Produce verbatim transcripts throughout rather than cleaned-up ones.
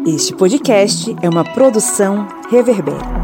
Este podcast é uma produção Reverber.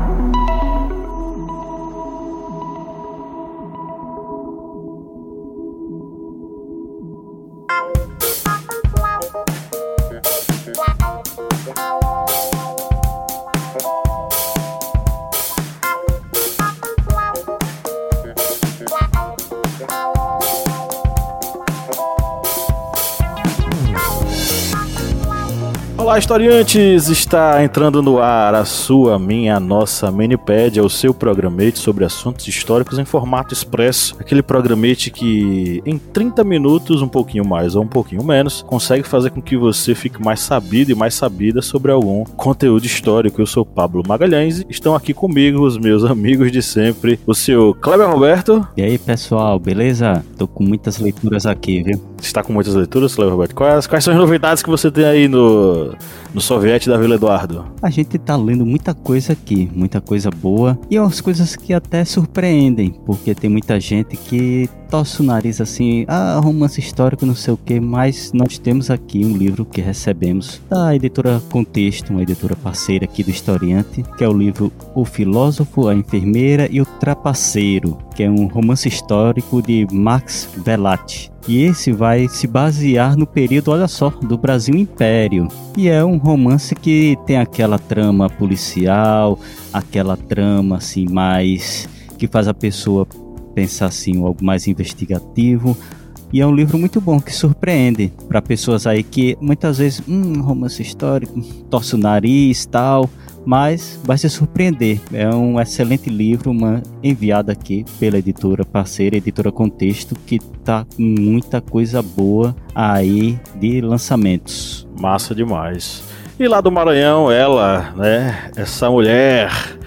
Olá, historiantes! Está entrando no ar a sua, minha, nossa Manipédia, o seu programete sobre assuntos históricos em formato expresso. Aquele programete que em trinta minutos, um pouquinho mais ou um pouquinho menos, consegue fazer com que você fique mais sabido e mais sabida sobre algum conteúdo histórico. Eu sou Pablo Magalhães e estão aqui comigo os meus amigos de sempre, o seu Kleber Roberto. E aí, pessoal, beleza? Tô com muitas leituras aqui, viu? Está com muitas leituras, Kleber Roberto? Quais, quais são as novidades que você tem aí no... no Soviete da Vila Eduardo? A gente tá lendo muita coisa aqui, muita coisa boa e umas coisas que até surpreendem, porque tem muita gente que torce o nariz assim, ah, romance histórico, não sei o que, mas nós temos aqui um livro que recebemos da editora Contexto, uma editora parceira aqui do Historiante, que é o livro O Filósofo, a Enfermeira e o Trapaceiro, que é um romance histórico de Max Velati. E esse vai se basear no período, olha só, do Brasil Império. E é um romance que tem aquela trama policial, aquela trama assim mais que faz a pessoa pensar assim, algo mais investigativo. E é um livro muito bom, que surpreende para pessoas aí que muitas vezes, hum, romance histórico, torce o nariz e tal, mas vai se surpreender. É um excelente livro, uma enviada aqui pela editora parceira, editora Contexto, que tá com muita coisa boa aí de lançamentos. Massa demais. E lá do Maranhão, ela, né, essa mulher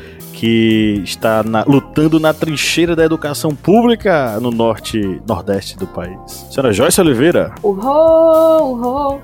que está na, lutando na trincheira da educação pública no norte, nordeste do país. Senhora Joyce Oliveira. Uhô, uhô,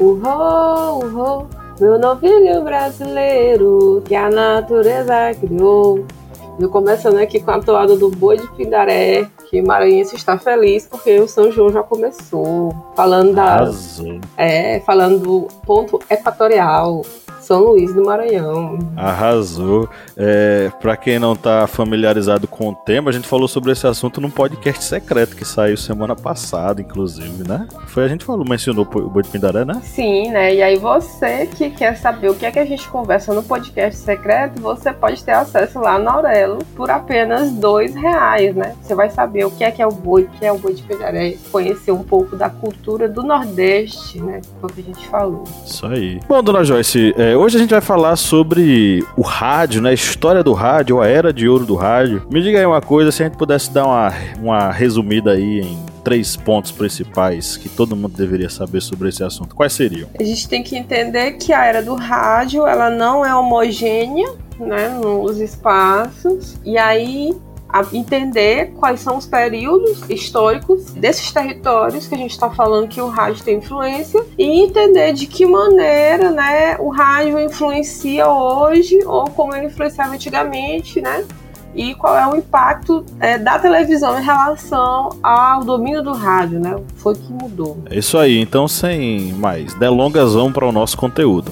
uhô, uhô, meu novilho brasileiro que a natureza criou. Eu começando aqui com a toada do Boi de Pindaré, que Maranhense está feliz porque o São João já começou. Falando da, é, falando do ponto equatorial, São Luís do Maranhão. Arrasou. É, pra quem não tá familiarizado com o tema, a gente falou sobre esse assunto num podcast secreto que saiu semana passada, inclusive, né? Foi, a gente falou, mencionou o Boi de Pindaré, né? Sim, né? E aí você que quer saber o que é que a gente conversa no podcast secreto, você pode ter acesso lá no Aurelo por apenas dois reais, né? Você vai saber o que é que é o boi, o que é o Boi de Pindaré, conhecer um pouco da cultura do Nordeste, né? Foi o que a gente falou. Isso aí. Bom, dona Joyce, é, hoje a gente vai falar sobre o rádio, né? A história do rádio, a era de ouro do rádio. Me diga aí uma coisa, se a gente pudesse dar uma, uma resumida aí em três pontos principais que todo mundo deveria saber sobre esse assunto, quais seriam? A gente tem que entender que a era do rádio, ela não é homogênea, né, nos espaços, e aí a entender quais são os períodos históricos desses territórios que a gente está falando que o rádio tem influência e entender de que maneira, né, o rádio influencia hoje ou como ele influenciava antigamente, né, e qual é o impacto é, da televisão em relação ao domínio do rádio, né, foi que mudou. É isso aí, então sem mais delongas, vamos para o nosso conteúdo.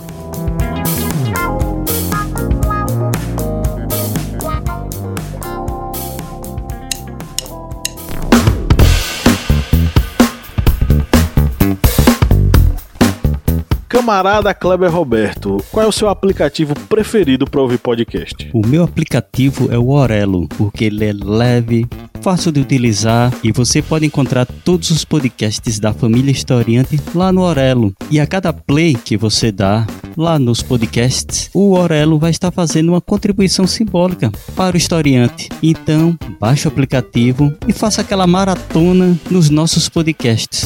Camarada Kleber Roberto, qual é o seu aplicativo preferido para ouvir podcast? O meu aplicativo é o Aurelo, porque ele é leve, fácil de utilizar e você pode encontrar todos os podcasts da família Historiante lá no Aurelo. E a cada play que você dá lá nos podcasts, o Aurelo vai estar fazendo uma contribuição simbólica para o Historiante. Então, baixe o aplicativo e faça aquela maratona nos nossos podcasts.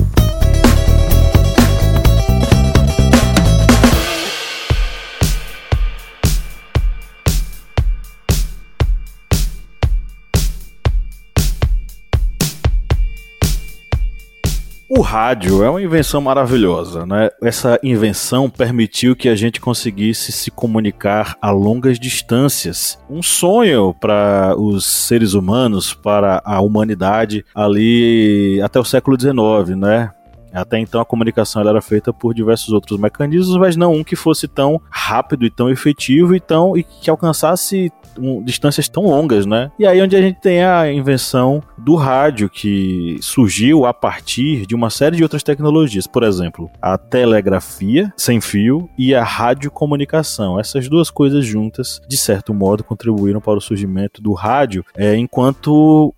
O rádio é uma invenção maravilhosa, né? Essa invenção permitiu que a gente conseguisse se comunicar a longas distâncias. Um sonho para os seres humanos, para a humanidade ali até o século dezenove, né? Até então a comunicação ela era feita por diversos outros mecanismos, mas não um que fosse tão rápido e tão efetivo e, tão, e que alcançasse um, distâncias tão longas, né? E aí onde a gente tem a invenção do rádio, que surgiu a partir de uma série de outras tecnologias, por exemplo, a telegrafia sem fio e a radiocomunicação. Essas duas coisas juntas, de certo modo, contribuíram para o surgimento do rádio, é, enquanto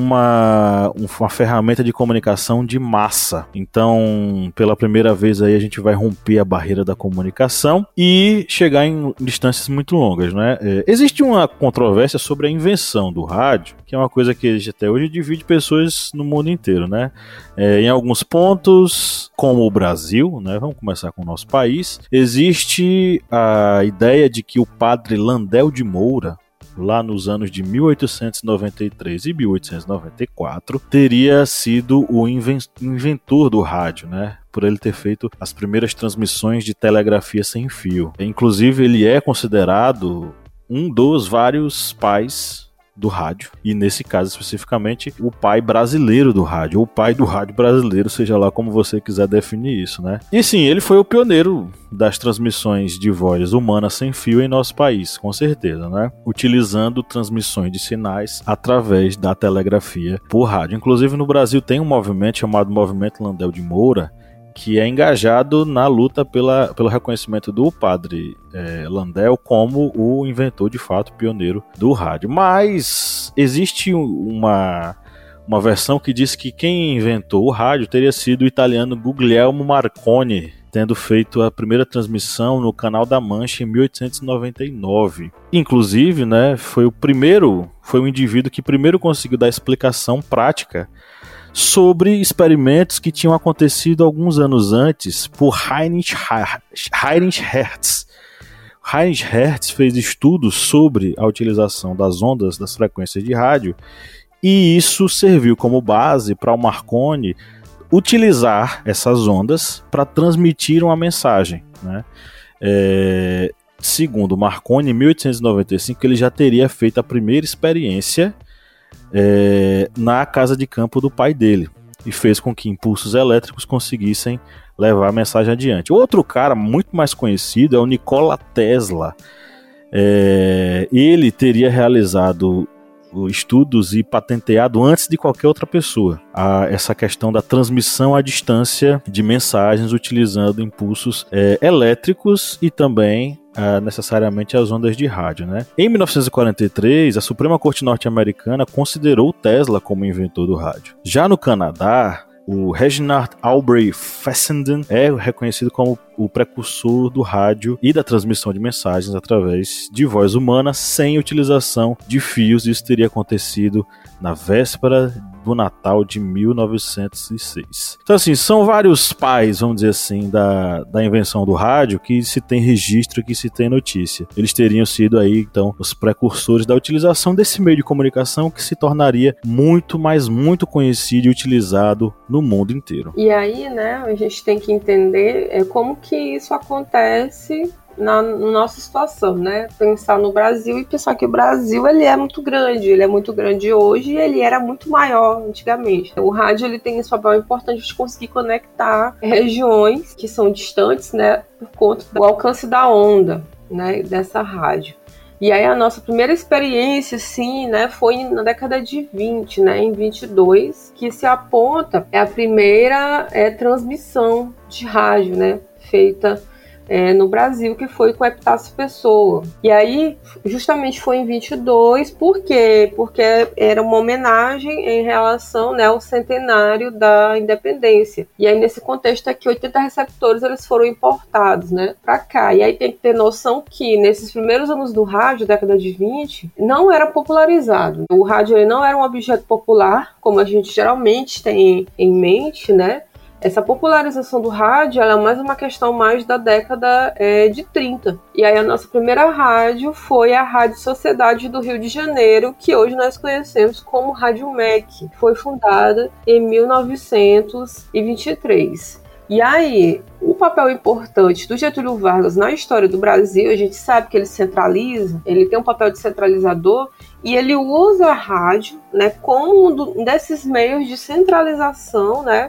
Uma, uma ferramenta de comunicação de massa. Então, pela primeira vez aí a gente vai romper a barreira da comunicação e chegar em distâncias muito longas, né? É, existe uma controvérsia sobre a invenção do rádio, que é uma coisa que até hoje divide pessoas no mundo inteiro, né? É, em alguns pontos, como o Brasil, né? Vamos começar com o nosso país, existe a ideia de que o padre Landel de Moura, lá nos anos de mil oitocentos e noventa e três e mil oitocentos e noventa e quatro, teria sido o inventor do rádio, né? Por ele ter feito as primeiras transmissões de telegrafia sem fio. Inclusive, ele é considerado um dos vários pais do rádio, e nesse caso especificamente o pai brasileiro do rádio, ou o pai do rádio brasileiro, seja lá como você quiser definir isso, né? E sim, ele foi o pioneiro das transmissões de voz humana sem fio em nosso país, com certeza, né? Utilizando transmissões de sinais através da telegrafia por rádio. Inclusive no Brasil tem um movimento chamado Movimento Landel de Moura, que é engajado na luta pela, pelo reconhecimento do padre é, Landel como o inventor, de fato, pioneiro do rádio. Mas existe uma, uma versão que diz que quem inventou o rádio teria sido o italiano Guglielmo Marconi, tendo feito a primeira transmissão no Canal da Mancha em mil oitocentos e noventa e nove. Inclusive, né, foi o primeiro, foi o indivíduo que primeiro conseguiu dar explicação prática sobre experimentos que tinham acontecido alguns anos antes por Heinrich Hertz. Heinrich Hertz fez estudos sobre a utilização das ondas das frequências de rádio, e isso serviu como base para o Marconi utilizar essas ondas para transmitir uma mensagem, né? É, segundo Marconi, em mil oitocentos e noventa e cinco, ele já teria feito a primeira experiência É, na casa de campo do pai dele, e fez com que impulsos elétricos conseguissem levar a mensagem adiante. Outro cara muito mais conhecido é o Nikola Tesla. É, ele teria realizado estudos e patenteado antes de qualquer outra pessoa a, essa questão da transmissão à distância de mensagens utilizando impulsos é, elétricos e também Uh, necessariamente as ondas de rádio, né? Em mil novecentos e quarenta e três, a Suprema Corte norte-americana considerou Tesla como inventor do rádio. Já no Canadá, o Reginald Aubrey Fessenden é reconhecido como o precursor do rádio e da transmissão de mensagens através de voz humana sem utilização de fios. Isso teria acontecido na véspera do Natal de mil novecentos e seis. Então, assim, são vários pais, vamos dizer assim, da, da invenção do rádio que se tem registro, que se tem notícia. Eles teriam sido aí, então, os precursores da utilização desse meio de comunicação que se tornaria muito, mas muito conhecido e utilizado no mundo inteiro. E aí, né, a gente tem que entender é, como que isso acontece na, na nossa situação, né? Pensar no Brasil e pensar que o Brasil ele é muito grande, ele é muito grande hoje e ele era muito maior antigamente. Então, o rádio ele tem esse papel importante de conseguir conectar regiões que são distantes, né, por conta do alcance da onda, né, dessa rádio. E aí a nossa primeira experiência, sim, né, foi na década de vinte, né, em vinte e dois, que se aponta é a primeira é, transmissão de rádio, né, feita é, no Brasil, que foi com Epitácio Pessoa. E aí, justamente foi em vinte e dois, por quê? Porque era uma homenagem em relação, né, ao centenário da independência. E aí, nesse contexto aqui, oitenta receptores eles foram importados, né, para cá. E aí tem que ter noção que, nesses primeiros anos do rádio, década de vinte, não era popularizado. O rádio ele não era um objeto popular, como a gente geralmente tem em mente, né? Essa popularização do rádio ela é mais uma questão mais da década é, de trinta. E aí a nossa primeira rádio foi a Rádio Sociedade do Rio de Janeiro, que hoje nós conhecemos como Rádio M E C. Foi fundada em mil novecentos e vinte e três. E aí, o papel importante do Getúlio Vargas na história do Brasil, a gente sabe que ele centraliza, ele tem um papel de centralizador, e ele usa a rádio, né, como um desses meios de centralização, né,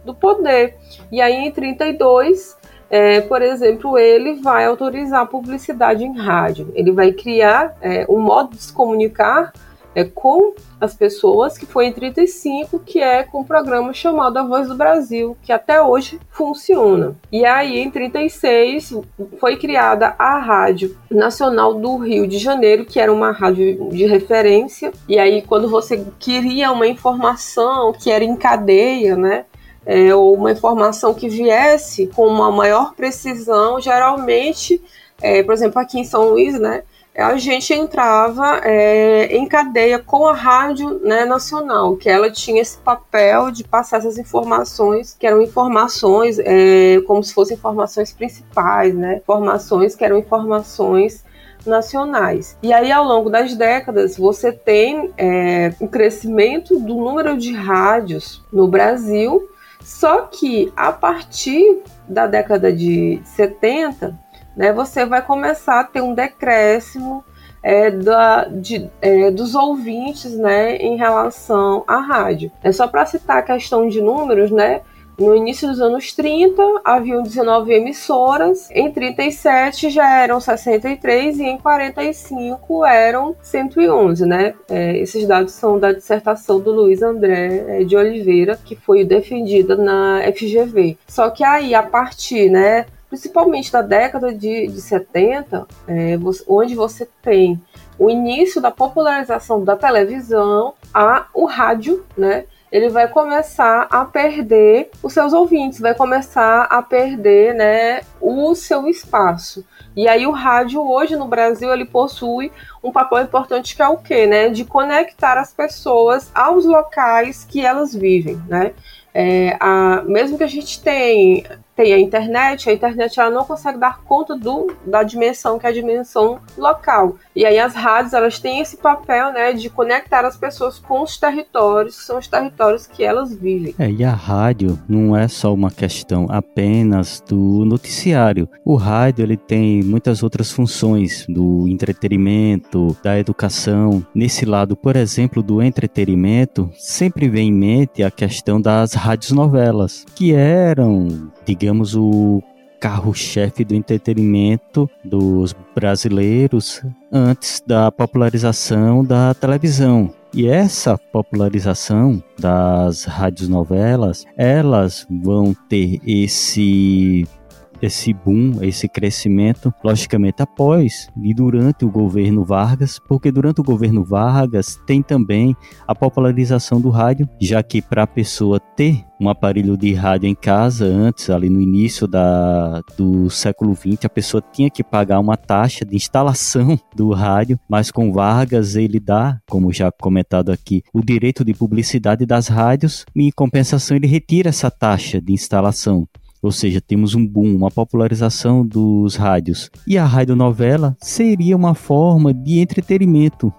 do poder. E aí, em trinta e dois, é, por exemplo, ele vai autorizar a publicidade em rádio. Ele vai criar é, um modo de se comunicar é, com as pessoas, que foi em trinta e cinco, que é com um programa chamado A Voz do Brasil, que até hoje funciona. E aí, em trinta e seis, foi criada a Rádio Nacional do Rio de Janeiro, que era uma rádio de referência. E aí, quando você queria uma informação que era em cadeia, né, é, ou uma informação que viesse com uma maior precisão, geralmente, é, por exemplo, aqui em São Luís, né, a gente entrava é, em cadeia com a Rádio, né, Nacional, que ela tinha esse papel de passar essas informações, que eram informações é, como se fossem informações principais, né, informações que eram informações nacionais. E aí, ao longo das décadas, você tem é, um crescimento do número de rádios no Brasil, só que a partir da década de setenta, né, você vai começar a ter um decréscimo é, da, de, é, dos ouvintes, né, em relação à rádio. É só para citar a questão de números, né, no início dos anos trinta, haviam dezenove emissoras, em trinta e sete já eram sessenta e três e em quarenta e cinco eram cento e onze. Né? É, esses dados são da dissertação do Luiz André é, de Oliveira, que foi defendida na F G V. Só que aí, a partir, né, principalmente da década de, de setenta, é, você, onde você tem o início da popularização da televisão, a, o rádio, né, ele vai começar a perder os seus ouvintes, vai começar a perder, né, o seu espaço. E aí o rádio hoje no Brasil, ele possui um papel importante, que é o quê? Né? De conectar as pessoas aos locais que elas vivem, né? É, a, mesmo que a gente tenha, tenha a internet, a internet ela não consegue dar conta do, da dimensão, que é a dimensão local. E aí as rádios, elas têm esse papel, né, de conectar as pessoas com os territórios, que são os territórios que elas vivem. É, e a rádio não é só uma questão apenas do noticiário. O rádio, ele tem muitas outras funções, do entretenimento, da educação. Nesse lado, por exemplo, do entretenimento, sempre vem em mente a questão das rádios novelas, que eram, digamos, o carro-chefe do entretenimento dos brasileiros antes da popularização da televisão. E essa popularização das rádios novelas, elas vão ter esse esse boom, esse crescimento, logicamente após e durante o governo Vargas, porque durante o governo Vargas tem também a popularização do rádio, já que para a pessoa ter um aparelho de rádio em casa, antes, ali no início da, do século vinte, a pessoa tinha que pagar uma taxa de instalação do rádio, mas com Vargas ele dá, como já comentado aqui, o direito de publicidade das rádios, e em compensação ele retira essa taxa de instalação. Ou seja, temos um boom, uma popularização dos rádios. E a radionovela seria uma forma de entretenimento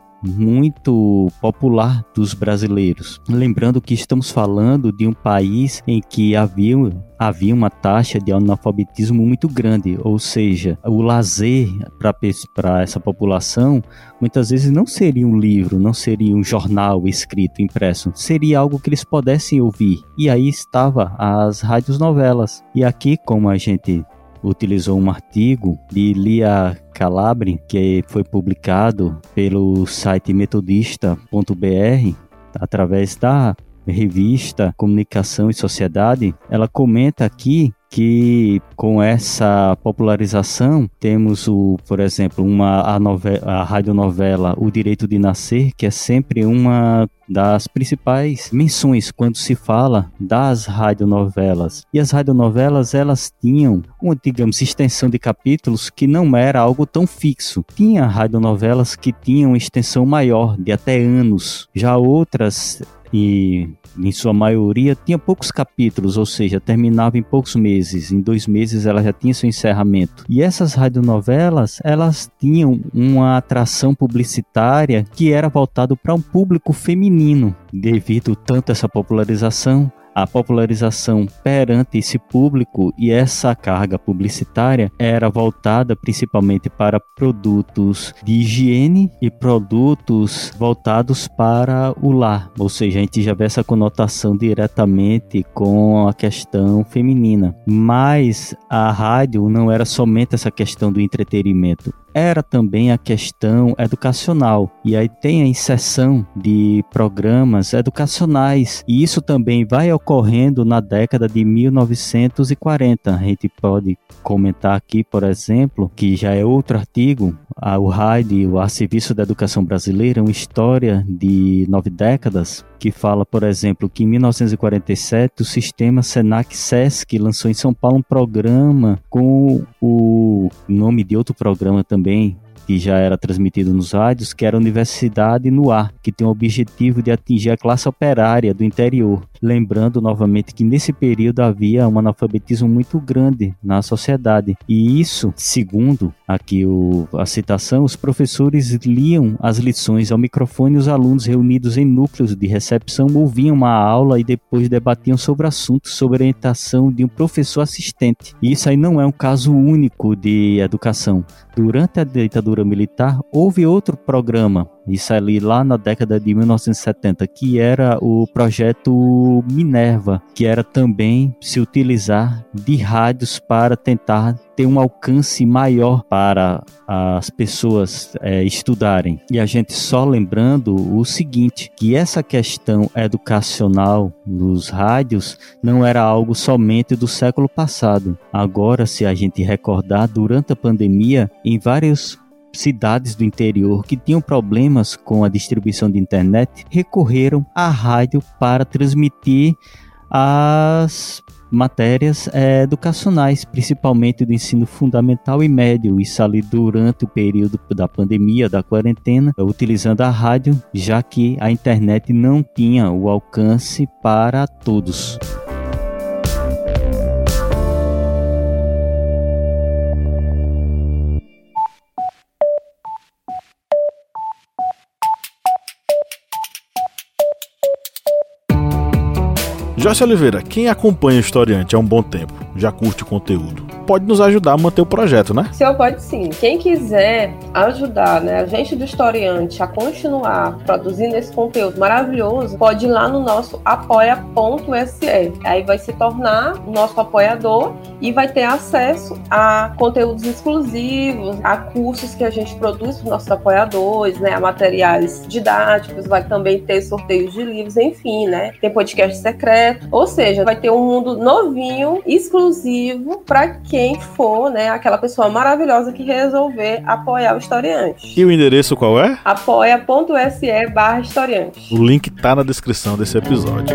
muito popular dos brasileiros. Lembrando que estamos falando de um país em que havia, havia uma taxa de analfabetismo muito grande, ou seja, o lazer para essa população muitas vezes não seria um livro, não seria um jornal escrito, impresso, seria algo que eles pudessem ouvir. E aí estava as radionovelas. E aqui, como a gente utilizou um artigo de Lia Calabre, que foi publicado pelo site metodista ponto b r, através da revista Comunicação e Sociedade. Ela comenta aqui que com essa popularização temos, o, por exemplo, uma, a, novela, a radionovela O Direito de Nascer, que é sempre uma das principais menções quando se fala das radionovelas. E as radionovelas, elas tinham uma, digamos, extensão de capítulos que não era algo tão fixo. Tinha radionovelas que tinham extensão maior, de até anos. Já outras, e em sua maioria, tinha poucos capítulos, ou seja, terminava em poucos meses. Em dois meses ela já tinha seu encerramento. E essas radionovelas, elas tinham uma atração publicitária que era voltado para um público feminino. Devido tanto a essa popularização, a popularização perante esse público, e essa carga publicitária era voltada principalmente para produtos de higiene e produtos voltados para o lar, ou seja, a gente já vê essa conotação diretamente com a questão feminina. Mas a rádio não era somente essa questão do entretenimento, era também a questão educacional, e aí tem a inserção de programas educacionais, e isso também vai ocorrendo na década de mil novecentos e quarenta. A gente pode comentar aqui, por exemplo, que já é outro artigo, o rádio a serviço da educação brasileira, uma história de nove décadas, que fala, por exemplo, que em mil novecentos e quarenta e sete o sistema Senac-Sesc lançou em São Paulo um programa com o nome de outro programa também, que já era transmitido nos rádios, que era a Universidade no Ar, que tem o objetivo de atingir a classe operária do interior. Lembrando novamente que nesse período havia um analfabetismo muito grande na sociedade. E isso, segundo aqui o, a citação, os professores liam as lições ao microfone e os alunos reunidos em núcleos de recepção ouviam uma aula e depois debatiam sobre assuntos sob orientação de um professor assistente. E isso aí não é um caso único de educação. Durante a ditadura militar, houve outro programa, isso ali lá na década de mil novecentos e setenta, que era o projeto Minerva, que era também se utilizar de rádios para tentar ter um alcance maior para as pessoas é, estudarem. E a gente só lembrando o seguinte, que essa questão educacional nos rádios não era algo somente do século passado. Agora, se a gente recordar, durante a pandemia, em vários cidades do interior que tinham problemas com a distribuição de internet, recorreram à rádio para transmitir as matérias é, educacionais, principalmente do ensino fundamental e médio, isso ali durante o período da pandemia, da quarentena, utilizando a rádio, já que a internet não tinha o alcance para todos. Joyce Oliveira, quem acompanha o Historiante há um bom tempo, já curte o conteúdo, pode nos ajudar a manter o projeto, né? Senhor, pode sim. Quem quiser ajudar, né, a gente do Historiante a continuar produzindo esse conteúdo maravilhoso, pode ir lá no nosso apoia ponto se. Aí vai se tornar nosso apoiador e vai ter acesso a conteúdos exclusivos, a cursos que a gente produz para os nossos apoiadores, né, a materiais didáticos, vai também ter sorteios de livros, enfim, né? Tem podcast secreto. Ou seja, vai ter um mundo novinho, exclusivo, para quem for, né, aquela pessoa maravilhosa que resolver apoiar o Historiante. E o endereço qual é? apoia ponto se barra historiante. O link tá na descrição desse episódio.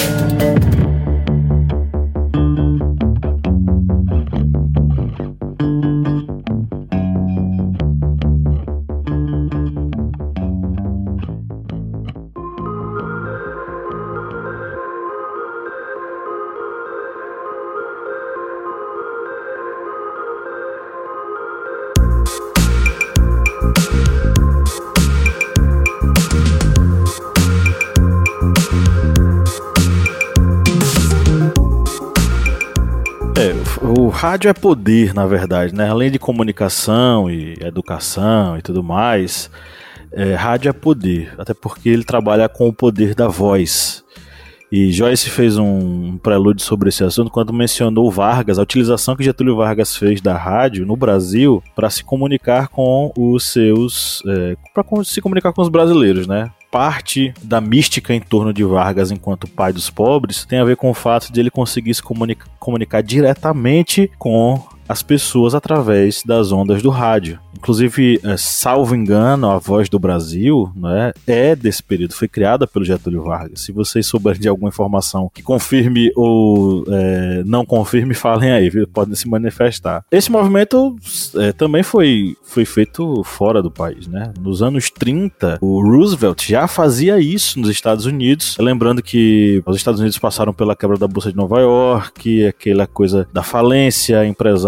O rádio é poder, na verdade, né? Além de comunicação e educação e tudo mais, é, rádio é poder, até porque ele trabalha com o poder da voz. E Joyce fez um prelúdio sobre esse assunto quando mencionou Vargas, a utilização que Getúlio Vargas fez da rádio no Brasil para se comunicar com os seus, é, para se comunicar com os brasileiros, né? Parte da mística em torno de Vargas enquanto pai dos pobres tem a ver com o fato de ele conseguir se comunica- comunicar diretamente com as pessoas através das ondas do rádio. Inclusive, é, salvo engano, a Voz do Brasil, né, é desse período, foi criada pelo Getúlio Vargas. Se vocês souberem de alguma informação que confirme ou é, não confirme, falem aí, viu? Podem se manifestar. Esse movimento é, também foi, foi feito fora do país, né? Nos anos trinta, o Roosevelt já fazia isso nos Estados Unidos, lembrando que os Estados Unidos passaram pela quebra da Bolsa de Nova York, aquela coisa da falência, empresários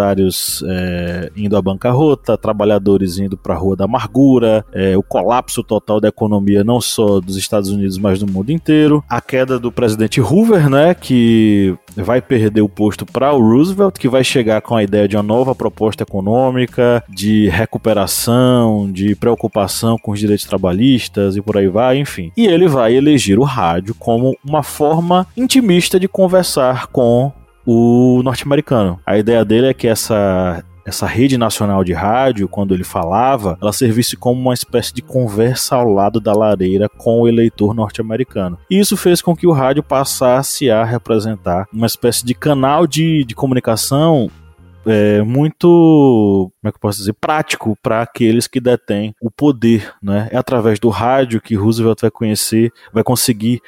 empresários é, indo à bancarrota, trabalhadores indo para a rua da amargura, é, o colapso total da economia não só dos Estados Unidos, mas do mundo inteiro, a queda do presidente Hoover, né, que vai perder o posto para o Roosevelt, que vai chegar com a ideia de uma nova proposta econômica, de recuperação, de preocupação com os direitos trabalhistas e por aí vai, enfim. E ele vai eleger o rádio como uma forma intimista de conversar com o norte-americano. A ideia dele é que essa essa rede nacional de rádio, quando ele falava, ela servisse como uma espécie de conversa ao lado da lareira com o eleitor norte-americano. E isso fez com que o rádio passasse a representar uma espécie de canal de, de comunicação É muito, como é que eu posso dizer, prático para aqueles que detêm o poder, né? É através do rádio que Roosevelt vai conhecer, vai conseguir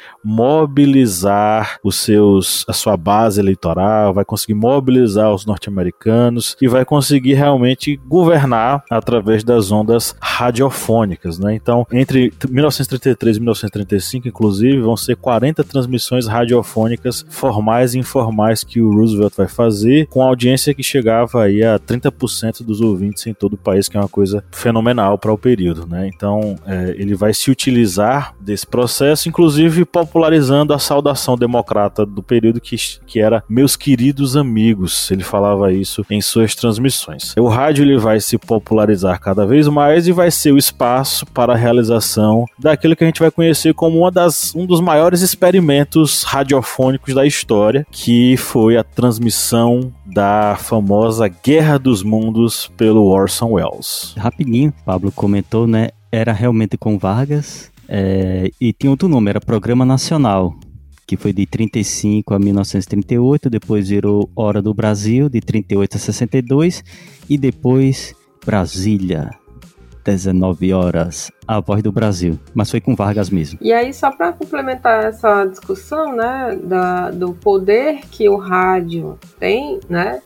mobilizar os seus, a sua base eleitoral, vai conseguir mobilizar os norte-americanos e vai conseguir realmente governar através das ondas radiofônicas, né? Então, entre mil novecentos e trinta e três e mil novecentos e trinta e cinco, inclusive, vão ser quarenta transmissões radiofônicas formais e informais que o Roosevelt vai fazer, com a audiência que chega chegava aí a trinta por cento dos ouvintes em todo o país, que é uma coisa fenomenal para o período, né? Então, é, ele vai se utilizar desse processo, inclusive popularizando a saudação democrata do período, que, que era meus queridos amigos. Ele falava isso em suas transmissões. O rádio ele vai se popularizar cada vez mais e vai ser o espaço para a realização daquilo que a gente vai conhecer como uma das, um dos maiores experimentos radiofônicos da história, que foi a transmissão da famosa Guerra dos Mundos pelo Orson Welles. Rapidinho, Pablo comentou, né? Era realmente com Vargas, é, e tinha outro nome, era Programa Nacional, que foi de trinta e cinco a mil novecentos e trinta e oito, depois virou Hora do Brasil, de trinta e oito a sessenta e dois, e depois Brasília, dezenove horas, a voz do Brasil, mas foi com Vargas mesmo. E aí, só para complementar essa discussão, né, da, do poder que o rádio tem, né,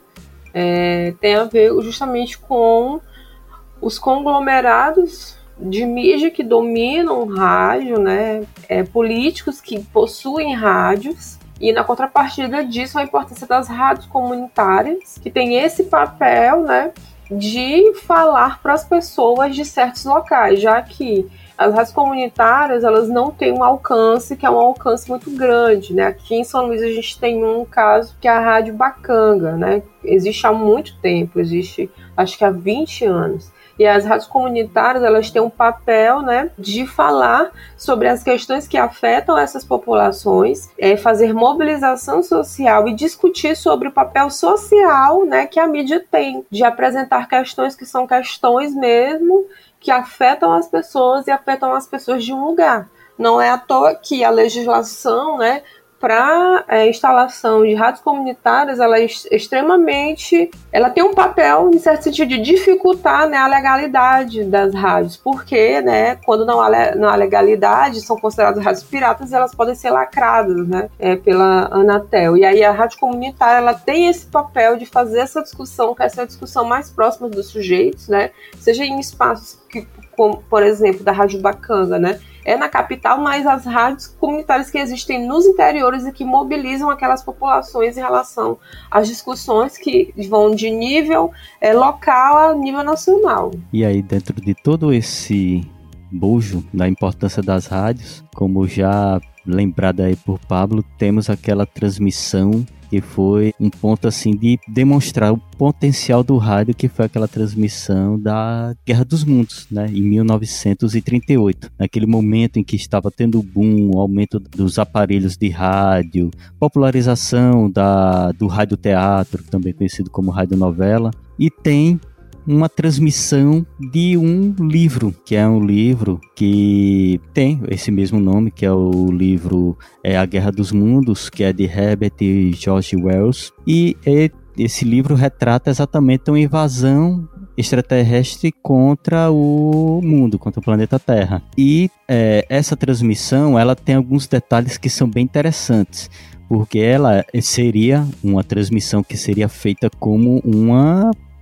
é, tem a ver justamente com os conglomerados de mídia que dominam o rádio, né, é, políticos que possuem rádios. E na contrapartida disso, a importância das rádios comunitárias, que tem esse papel, né, de falar para as pessoas de certos locais, já que as rádios comunitárias, elas não têm um alcance, que é um alcance muito grande, né? Aqui em São Luís a gente tem um caso que é a Rádio Bacanga, né? Existe há muito tempo, existe acho que há vinte anos. E as rádios comunitárias, elas têm um papel, né, de falar sobre as questões que afetam essas populações, é, fazer mobilização social e discutir sobre o papel social, né, que a mídia tem, de apresentar questões que são questões mesmo, que afetam as pessoas e afetam as pessoas de um lugar. Não é à toa que a legislação, né, para a é, instalação de rádios comunitárias, ela é extremamente, ela tem um papel, em certo sentido, de dificultar, né, a legalidade das rádios, porque, né, quando não há, não há legalidade, são consideradas rádios piratas, e elas podem ser lacradas, né, é, pela Anatel. E aí a rádio comunitária, ela tem esse papel de fazer essa discussão, que é essa discussão mais próxima dos sujeitos, né, seja em espaços que, como, por exemplo, da Rádio Bacanga, né, é na capital, mas as rádios comunitárias que existem nos interiores e que mobilizam aquelas populações em relação às discussões que vão de nível é, local a nível nacional. E aí, dentro de todo esse bojo da importância das rádios, como já lembrado aí por Pablo, temos aquela transmissão que foi um ponto assim de demonstrar o potencial do rádio, que foi aquela transmissão da Guerra dos Mundos, né, em mil novecentos e trinta e oito, naquele momento em que estava tendo o boom, o aumento dos aparelhos de rádio, popularização da, do radioteatro, também conhecido como radionovela, e tem uma transmissão de um livro, que é um livro que tem esse mesmo nome, que é o livro é, A Guerra dos Mundos, que é de Herbert George Wells, e é, esse livro retrata exatamente uma invasão extraterrestre contra o mundo, contra o planeta Terra. E é, essa transmissão, ela tem alguns detalhes que são bem interessantes, porque ela seria uma transmissão que seria feita como uma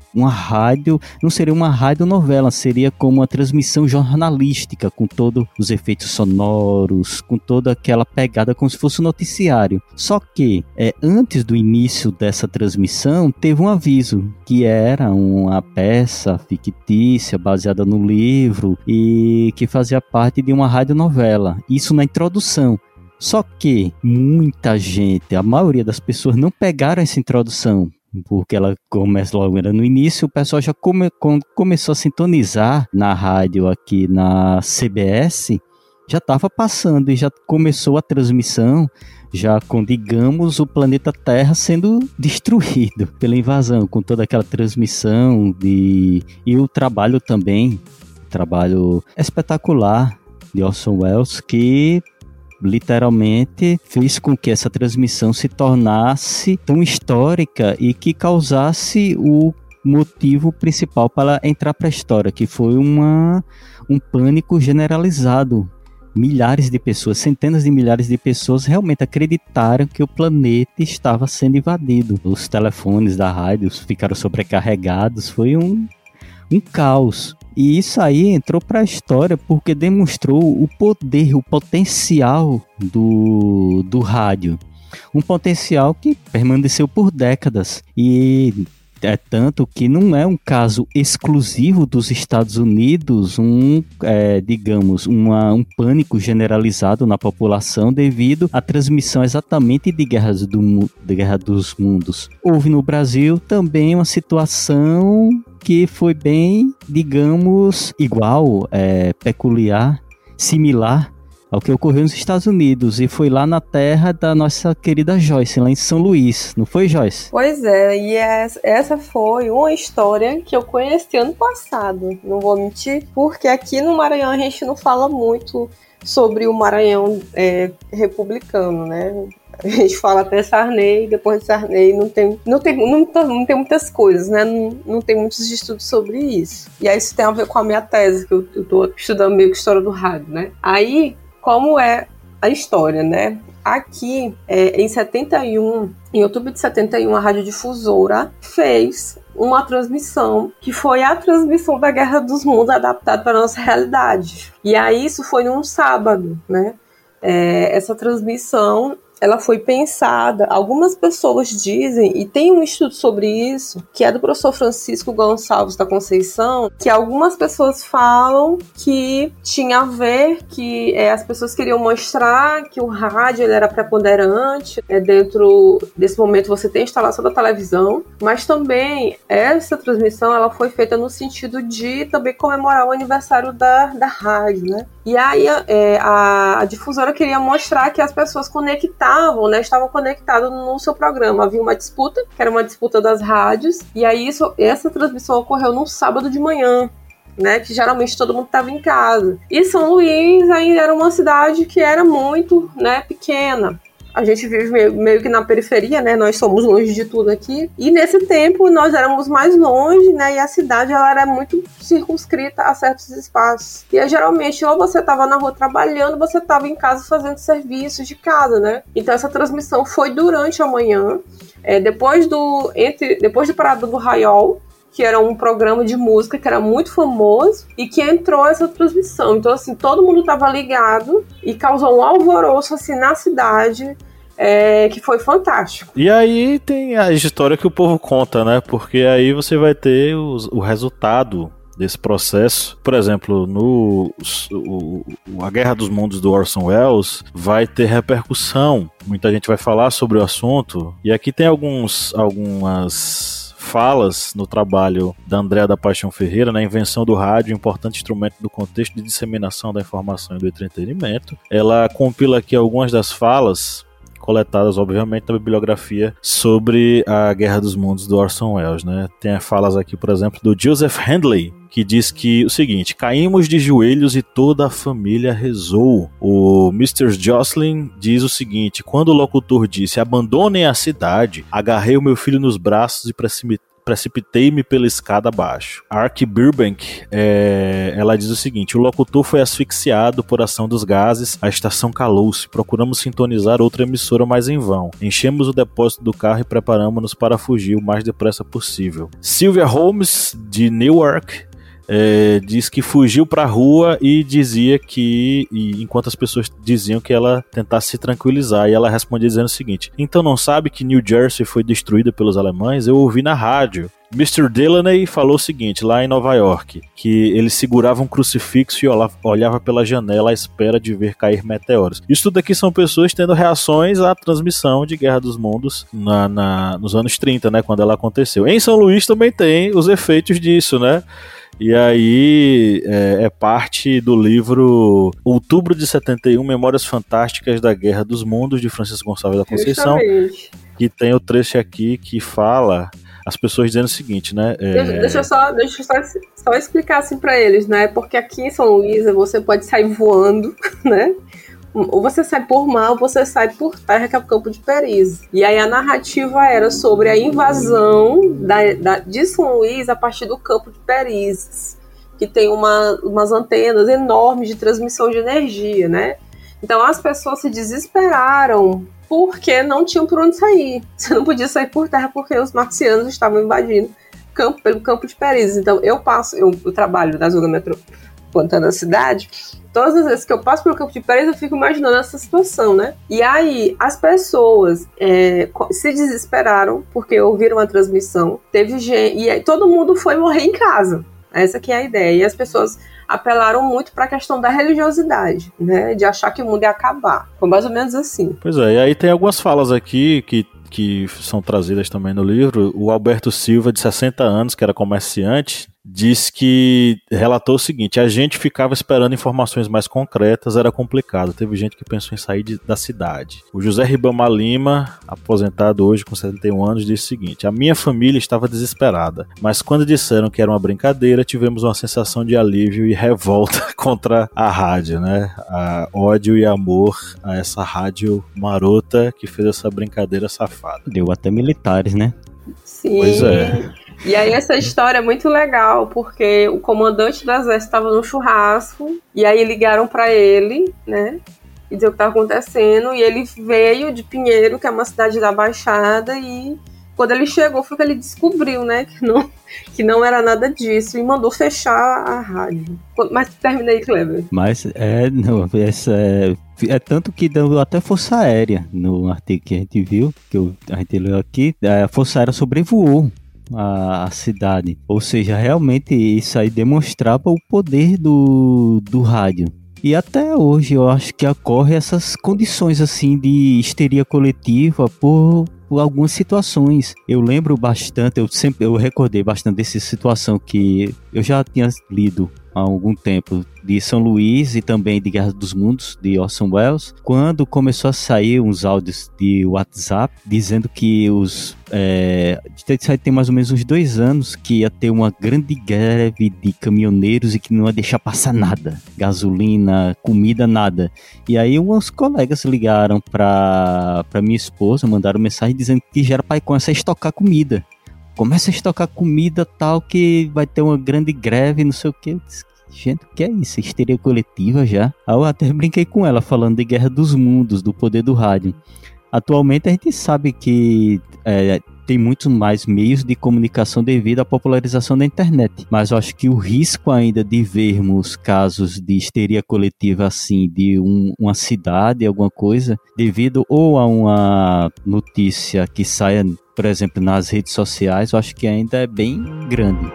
uma rádio, não seria uma radionovela, seria como uma transmissão jornalística, com todos os efeitos sonoros, com toda aquela pegada como se fosse um noticiário. Só que, é, antes do início dessa transmissão, teve um aviso, que era uma peça fictícia, baseada no livro, e que fazia parte de uma radionovela. Isso na introdução. Só que muita gente, a maioria das pessoas não pegaram essa introdução, porque ela começa logo era no início, o pessoal já come, com, começou a sintonizar na rádio aqui na C B S, já estava passando e já começou a transmissão, já com, digamos, o planeta Terra sendo destruído pela invasão, com toda aquela transmissão de... e o trabalho também, trabalho espetacular de Orson Welles, que literalmente fez com que essa transmissão se tornasse tão histórica e que causasse o motivo principal para ela entrar para a história, que foi uma, um pânico generalizado. Milhares de pessoas, centenas de milhares de pessoas realmente acreditaram que o planeta estava sendo invadido. Os telefones da rádio ficaram sobrecarregados, foi um, um caos. E isso aí entrou para a história porque demonstrou o poder, o potencial do, do rádio. Um potencial que permaneceu por décadas. E é tanto que não é um caso exclusivo dos Estados Unidos, um, é, digamos, uma, um pânico generalizado na população devido à transmissão exatamente de guerras do, de Guerra dos Mundos. Houve no Brasil também uma situação que foi bem, digamos, igual, é, peculiar, similar ao que ocorreu nos Estados Unidos, e foi lá na terra da nossa querida Joyce, lá em São Luís, não foi, Joyce? Pois é, e essa foi uma história que eu conheci ano passado, não vou mentir, porque aqui no Maranhão a gente não fala muito sobre o Maranhão é, republicano, né? A gente fala até Sarney, depois de Sarney não tem, não tem, não, não tem muitas coisas, né? Não, não tem muitos estudos sobre isso. E aí isso tem a ver com a minha tese, que eu, eu tô estudando meio que história do rádio, né? Aí, como é a história, né? Aqui, é, em setenta e um, em outubro de setenta e um, a Radiodifusora fez uma transmissão, que foi a transmissão da Guerra dos Mundos adaptada para a nossa realidade. E aí isso foi num sábado, né? É, essa transmissão, ela foi pensada, algumas pessoas dizem, e tem um estudo sobre isso, que é do professor Francisco Gonçalves da Conceição, que algumas pessoas falam que tinha a ver, que é, as pessoas queriam mostrar que o rádio ele era preponderante, é, dentro desse momento você tem a instalação da televisão, mas também essa transmissão ela foi feita no sentido de também comemorar o aniversário da, da rádio, né? E aí é, a, a difusora queria mostrar que as pessoas conectavam, né, estavam conectadas no seu programa. Havia uma disputa, que era uma disputa das rádios, e aí isso, essa transmissão ocorreu num sábado de manhã, né, que geralmente todo mundo estava em casa. E São Luís ainda era uma cidade que era muito, né, pequena. A gente vive meio, meio que na periferia, né? Nós somos longe de tudo aqui. E nesse tempo nós éramos mais longe, né? E a cidade ela era muito circunscrita a certos espaços. E aí, geralmente, ou você estava na rua trabalhando, ou você estava em casa fazendo serviços de casa, né? Então essa transmissão foi durante a manhã, é, depois do entre depois do Parada do Raiol, que era um programa de música que era muito famoso e que entrou essa transmissão. Então, assim, todo mundo estava ligado e causou um alvoroço, assim, na cidade, é, que foi fantástico. E aí tem a história que o povo conta, né? Porque aí você vai ter os, o resultado desse processo. Por exemplo, no o, o, a Guerra dos Mundos do Orson Welles vai ter repercussão. Muita gente vai falar sobre o assunto. E aqui tem alguns, algumas falas no trabalho da Andréa da Paixão Ferreira, na invenção do rádio, importante instrumento do contexto de disseminação da informação e do entretenimento. Ela compila aqui algumas das falas coletadas, obviamente, na bibliografia sobre a Guerra dos Mundos do Orson Welles, né? Tem falas aqui, por exemplo, do Joseph Handley, que diz que o seguinte: caímos de joelhos e toda a família rezou. O mister Jocelyn diz o seguinte: quando o locutor disse abandonem a cidade, agarrei o meu filho nos braços e precipitei-me pela escada abaixo. A Ark Burbank, é, ela diz o seguinte: o locutor foi asfixiado por ação dos gases, a estação calou-se, procuramos sintonizar outra emissora, mas em vão. Enchemos o depósito do carro e preparamos-nos para fugir o mais depressa possível. Sylvia Holmes, de Newark, É, diz que fugiu pra rua e dizia que, e, enquanto as pessoas diziam que ela tentasse se tranquilizar, e ela respondia dizendo o seguinte: então não sabe que New Jersey foi destruída pelos alemães? Eu ouvi na rádio. mister Delaney falou o seguinte, lá em Nova York, que ele segurava um crucifixo e olhava pela janela à espera de ver cair meteoros. Isso tudo aqui são pessoas tendo reações à transmissão de Guerra dos Mundos na, na, nos anos trinta, né, quando ela aconteceu. Em São Luís também tem os efeitos disso, né? E aí é, é parte do livro Outubro de setenta e um, Memórias Fantásticas da Guerra dos Mundos, de Francisco Gonçalves da Conceição, justamente, que tem o trecho aqui que fala, as pessoas dizendo o seguinte, né? É... Deixa, deixa eu, só, deixa eu só, só explicar assim pra eles, né? Porque aqui em São Luís você pode sair voando, né? Ou você sai por mar, ou você sai por terra, que é o Campo de Perize. E aí a narrativa era sobre a invasão da, da, de São Luís a partir do Campo de Perize, que tem uma, umas antenas enormes de transmissão de energia, né? Então as pessoas se desesperaram porque não tinham por onde sair. Você não podia sair por terra porque os marcianos estavam invadindo campo, pelo Campo de Perize. Então eu passo, eu, eu trabalho na zona metropolitana da cidade. Todas as vezes que eu passo pelo Campo de Perize, eu fico imaginando essa situação, né? E aí, as pessoas é, se desesperaram porque ouviram a transmissão. Teve gente... E aí, todo mundo foi morrer em casa. Essa que é a ideia. E as pessoas apelaram muito para a questão da religiosidade, né? De achar que o mundo ia acabar. Foi mais ou menos assim. Pois é, e aí tem algumas falas aqui que... que são trazidas também no livro. O Alberto Silva, de sessenta anos, que era comerciante, diz que relatou o seguinte: a gente ficava esperando informações mais concretas, era complicado, teve gente que pensou em sair de, da cidade. O José Ribamar Lima, aposentado hoje com setenta e um anos, disse o seguinte: a minha família estava desesperada, mas quando disseram que era uma brincadeira, tivemos uma sensação de alívio e revolta contra a rádio, né? A ódio e amor a essa rádio marota que fez essa brincadeira safada. Deu até militares, né? Sim. Pois é. E aí essa história é muito legal, porque o comandante do exército estava no churrasco, e aí ligaram para ele, né, e dizer o que estava acontecendo, e ele veio de Pinheiro, que é uma cidade da Baixada, e quando ele chegou foi que ele descobriu, né, que não, que não era nada disso, e mandou fechar a rádio. Mas termina aí, Kleber. Mas é, não, essa é... É tanto que deu até Força Aérea no artigo que a gente viu, que eu, a gente leu aqui, a Força Aérea sobrevoou a, a cidade. Ou seja, realmente isso aí demonstrava o poder do, do rádio. E até hoje eu acho que ocorre essas condições assim de histeria coletiva por, por algumas situações. Eu lembro bastante, eu sempre eu recordei bastante dessa situação que eu já tinha lido há algum tempo, de São Luís e também de Guerra dos Mundos, de Orson Welles, quando começou a sair uns áudios de WhatsApp dizendo que os é, tem mais ou menos uns dois anos que ia ter uma grande greve de caminhoneiros e que não ia deixar passar nada, gasolina, comida, nada. E aí uns colegas ligaram para para minha esposa, mandaram mensagem dizendo que já era para começar a estocar comida. Começa a estocar comida tal, que vai ter uma grande greve, não sei o que. Gente, o que é isso? Histeria coletiva já? Aí eu até brinquei com ela, falando de Guerra dos Mundos, do poder do rádio. Atualmente a gente sabe que é, tem muitos mais meios de comunicação devido à popularização da internet. Mas eu acho que o risco ainda de vermos casos de histeria coletiva assim, de um, uma cidade, alguma coisa, devido ou a uma notícia que saia, por exemplo, nas redes sociais, eu acho que ainda é bem grande.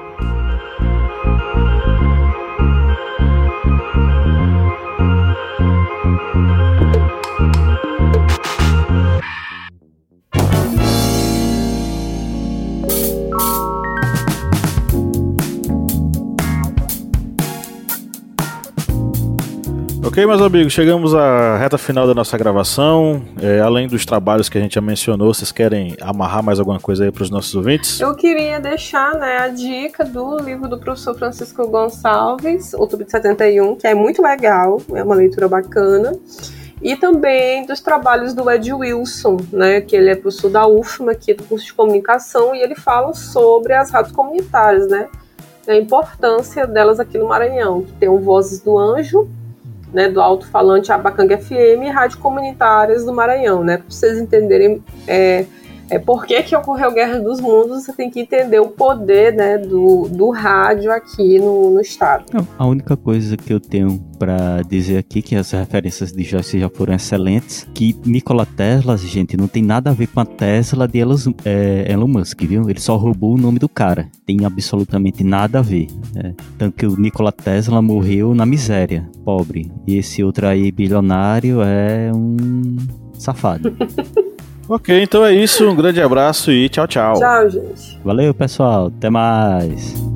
Ok, meus amigos, chegamos à reta final da nossa gravação. É, além dos trabalhos que a gente já mencionou, vocês querem amarrar mais alguma coisa aí para os nossos ouvintes? Eu queria deixar, né, a dica do livro do professor Francisco Gonçalves, Outubro de setenta e um, que é muito legal, é uma leitura bacana. e também dos trabalhos do Ed Wilson, né, que ele é professor da U F M, aqui do curso de comunicação, e ele fala sobre as rádios comunitárias, né, a importância delas aqui no Maranhão, que tem o Vozes do Anjo, né, do alto-falante Abacanga F M e rádio comunitárias do Maranhão, né, para vocês entenderem é, é, por que que ocorreu Guerra dos Mundos, você tem que entender o poder, né, do, do rádio aqui no, no estado. A única coisa que eu tenho para dizer aqui, que as referências de Joyce já foram excelentes, que Nikola Tesla, gente, não tem nada a ver com a Tesla de Elon, é, Elon Musk, viu? Ele só roubou o nome do cara, tem absolutamente nada a ver. É. Tanto que o Nikola Tesla morreu na miséria, pobre, e esse outro aí, bilionário, é um safado. Ok, então é isso. Um grande abraço e tchau, tchau. Tchau, gente. Valeu, pessoal. Até mais.